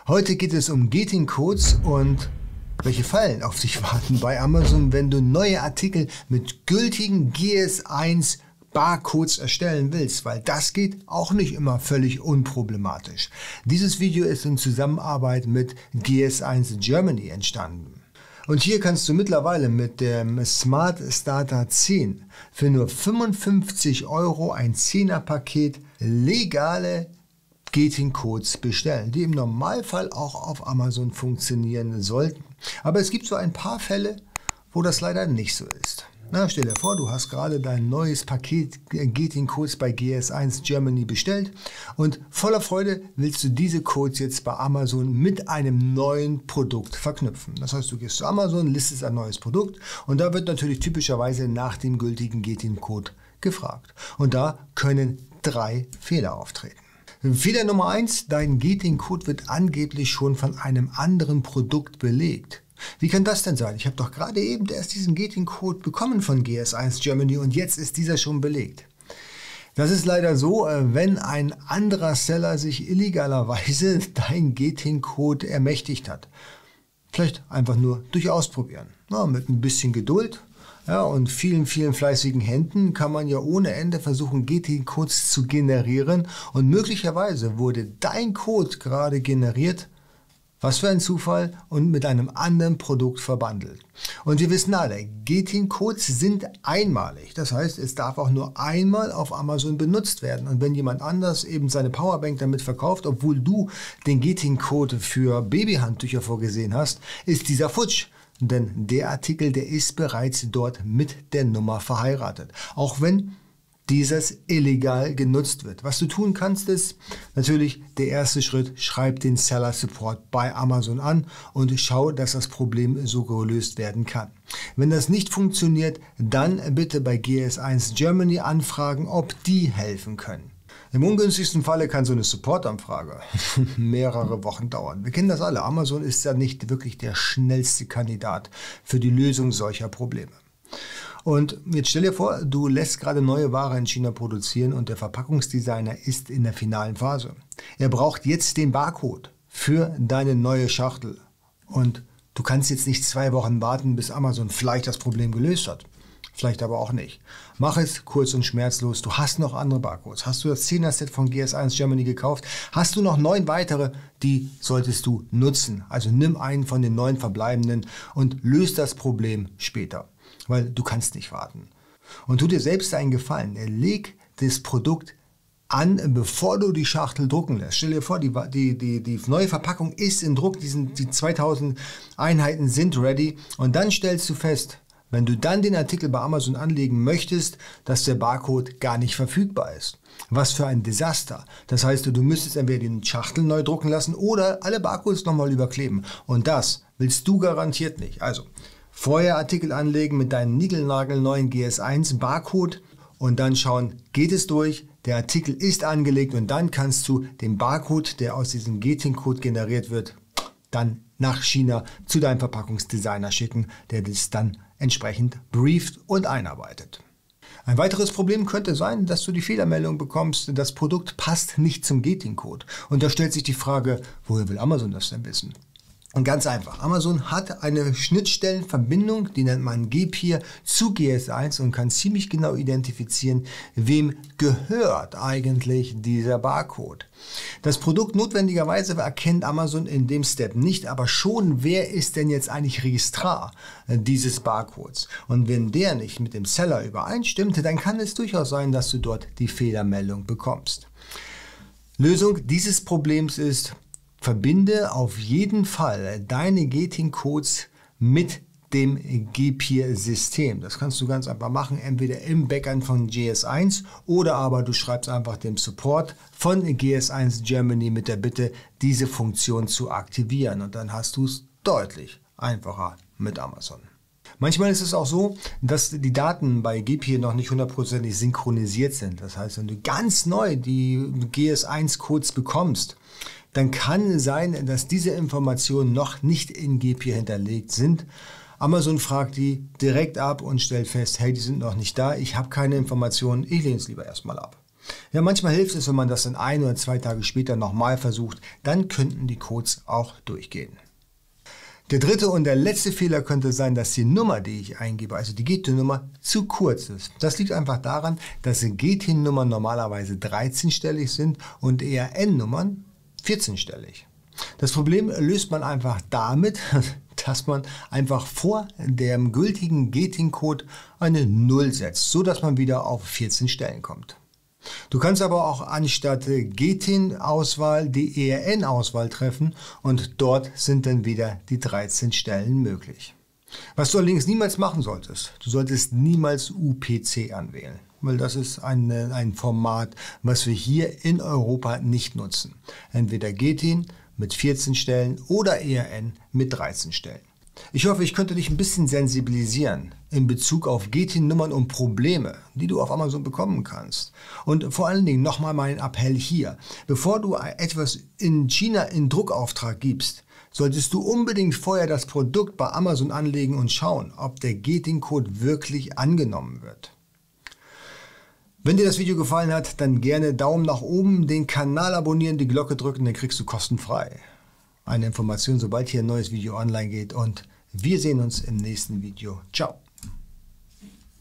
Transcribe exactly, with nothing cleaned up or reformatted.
Heute geht es um Gating-Codes und welche Fallen auf dich warten bei Amazon, wenn du neue Artikel mit gültigen G S eins Barcodes erstellen willst, weil das geht auch nicht immer völlig unproblematisch. Dieses Video ist in Zusammenarbeit mit G S eins Germany entstanden. Und hier kannst du mittlerweile mit dem Smart Starter zehn für nur fünfundfünfzig Euro ein zehner Paket legale Gating-Codes bestellen, die im Normalfall auch auf Amazon funktionieren sollten. Aber es gibt so ein paar Fälle, wo das leider nicht so ist. Na, stell dir vor, du hast gerade dein neues Paket Gating-Codes bei G S eins Germany bestellt und voller Freude willst du diese Codes jetzt bei Amazon mit einem neuen Produkt verknüpfen. Das heißt, du gehst zu Amazon, listest ein neues Produkt und da wird natürlich typischerweise nach dem gültigen Gating-Code gefragt. Und da können drei Fehler auftreten. Fehler Nummer eins, dein Gating-Code wird angeblich schon von einem anderen Produkt belegt. Wie kann das denn sein? Ich habe doch gerade eben erst diesen Gating-Code bekommen von G S eins Germany und jetzt ist dieser schon belegt. Das ist leider so, wenn ein anderer Seller sich illegalerweise dein Gating-Code ermächtigt hat. Vielleicht einfach nur durch Ausprobieren. Ja, mit ein bisschen Geduld. Ja, und vielen, vielen fleißigen Händen kann man ja ohne Ende versuchen, Gating-Codes zu generieren. Und möglicherweise wurde dein Code gerade generiert, was für ein Zufall, und mit einem anderen Produkt verbandelt. Und wir wissen alle, Gating-Codes sind einmalig. Das heißt, es darf auch nur einmal auf Amazon benutzt werden. Und wenn jemand anders eben seine Powerbank damit verkauft, obwohl du den Gating-Code für Babyhandtücher vorgesehen hast, ist dieser futsch. Denn der Artikel, der ist bereits dort mit der Nummer verheiratet. Auch wenn dieses illegal genutzt wird. Was du tun kannst, ist natürlich der erste Schritt: Schreib den Seller Support bei Amazon an und schau, dass das Problem so gelöst werden kann. Wenn das nicht funktioniert, dann bitte bei G S eins Germany anfragen, ob die helfen können. Im ungünstigsten Falle kann so eine Supportanfrage mehrere Wochen dauern. Wir kennen das alle. Amazon ist ja nicht wirklich der schnellste Kandidat für die Lösung solcher Probleme. Und jetzt stell dir vor, du lässt gerade neue Ware in China produzieren und der Verpackungsdesigner ist in der finalen Phase. Er braucht jetzt den Barcode für deine neue Schachtel. Und du kannst jetzt nicht zwei Wochen warten, bis Amazon vielleicht das Problem gelöst hat. Vielleicht aber auch nicht. Mach es kurz und schmerzlos. Du hast noch andere Barcodes. Hast du das zehner Set von G S eins Germany gekauft? Hast du noch neun weitere? Die solltest du nutzen. Also nimm einen von den neun verbleibenden und löse das Problem später. Weil du kannst nicht warten. Und tu dir selbst einen Gefallen. Leg das Produkt an, bevor du die Schachtel drucken lässt. Stell dir vor, die, die, die, die neue Verpackung ist in Druck. Die, sind, die zweitausend Einheiten sind ready. Und dann stellst du fest, wenn du dann den Artikel bei Amazon anlegen möchtest, dass der Barcode gar nicht verfügbar ist. Was für ein Desaster. Das heißt, du müsstest entweder den Schachtel neu drucken lassen oder alle Barcodes nochmal überkleben. Und das willst du garantiert nicht. Also vorher Artikel anlegen mit deinem niegelnagelneuen G S eins Barcode und dann schauen, geht es durch, der Artikel ist angelegt und dann kannst du den Barcode, der aus diesem Gating-Code generiert wird, dann nach China zu deinem Verpackungsdesigner schicken, der das dann entsprechend brieft und einarbeitet. Ein weiteres Problem könnte sein, dass du die Fehlermeldung bekommst, das Produkt passt nicht zum Gating-Code. Und da stellt sich die Frage, woher will Amazon das denn wissen? Und ganz einfach, Amazon hat eine Schnittstellenverbindung, die nennt man G Peer, zu G S eins und kann ziemlich genau identifizieren, wem gehört eigentlich dieser Barcode. Das Produkt notwendigerweise erkennt Amazon in dem Step nicht, aber schon, wer ist denn jetzt eigentlich Registrar dieses Barcodes. Und wenn der nicht mit dem Seller übereinstimmt, dann kann es durchaus sein, dass du dort die Fehlermeldung bekommst. Lösung dieses Problems ist: Verbinde auf jeden Fall deine Gating-Codes mit dem G Peer-System. Das kannst du ganz einfach machen, entweder im Backend von G S eins oder aber du schreibst einfach dem Support von G S eins Germany mit der Bitte, diese Funktion zu aktivieren. Und dann hast du es deutlich einfacher mit Amazon. Manchmal ist es auch so, dass die Daten bei G Peer noch nicht hundertprozentig synchronisiert sind. Das heißt, wenn du ganz neu die G S eins Codes bekommst, dann kann sein, dass diese Informationen noch nicht in G Peer hinterlegt sind. Amazon fragt die direkt ab und stellt fest, hey, die sind noch nicht da, ich habe keine Informationen, ich lehne es lieber erstmal ab. Ja, manchmal hilft es, wenn man das dann ein oder zwei Tage später nochmal versucht, dann könnten die Codes auch durchgehen. Der dritte und der letzte Fehler könnte sein, dass die Nummer, die ich eingebe, also die G T I-Nummer, zu kurz ist. Das liegt einfach daran, dass G T I-Nummern normalerweise dreizehnstellig sind und E R N-Nummern vierzehnstellig. Das Problem löst man einfach damit, dass man einfach vor dem gültigen G T I-Code eine Null setzt, sodass man wieder auf vierzehn Stellen kommt. Du kannst aber auch anstatt G T I-Auswahl die E R N-Auswahl treffen und dort sind dann wieder die dreizehn Stellen möglich. Was du allerdings niemals machen solltest, du solltest niemals U P C anwählen, weil das ist ein, ein Format, was wir hier in Europa nicht nutzen. Entweder G T I mit vierzehn Stellen oder E R N mit dreizehn Stellen. Ich hoffe, ich könnte dich ein bisschen sensibilisieren in Bezug auf G T I-Nummern und Probleme, die du auf Amazon bekommen kannst. Und vor allen Dingen nochmal mein Appell hier. Bevor du etwas in China in Druckauftrag gibst, solltest du unbedingt vorher das Produkt bei Amazon anlegen und schauen, ob der G T I-Code wirklich angenommen wird. Wenn dir das Video gefallen hat, dann gerne Daumen nach oben, den Kanal abonnieren, die Glocke drücken, dann kriegst du kostenfrei eine Information, sobald hier ein neues Video online geht, und wir sehen uns im nächsten Video. Ciao!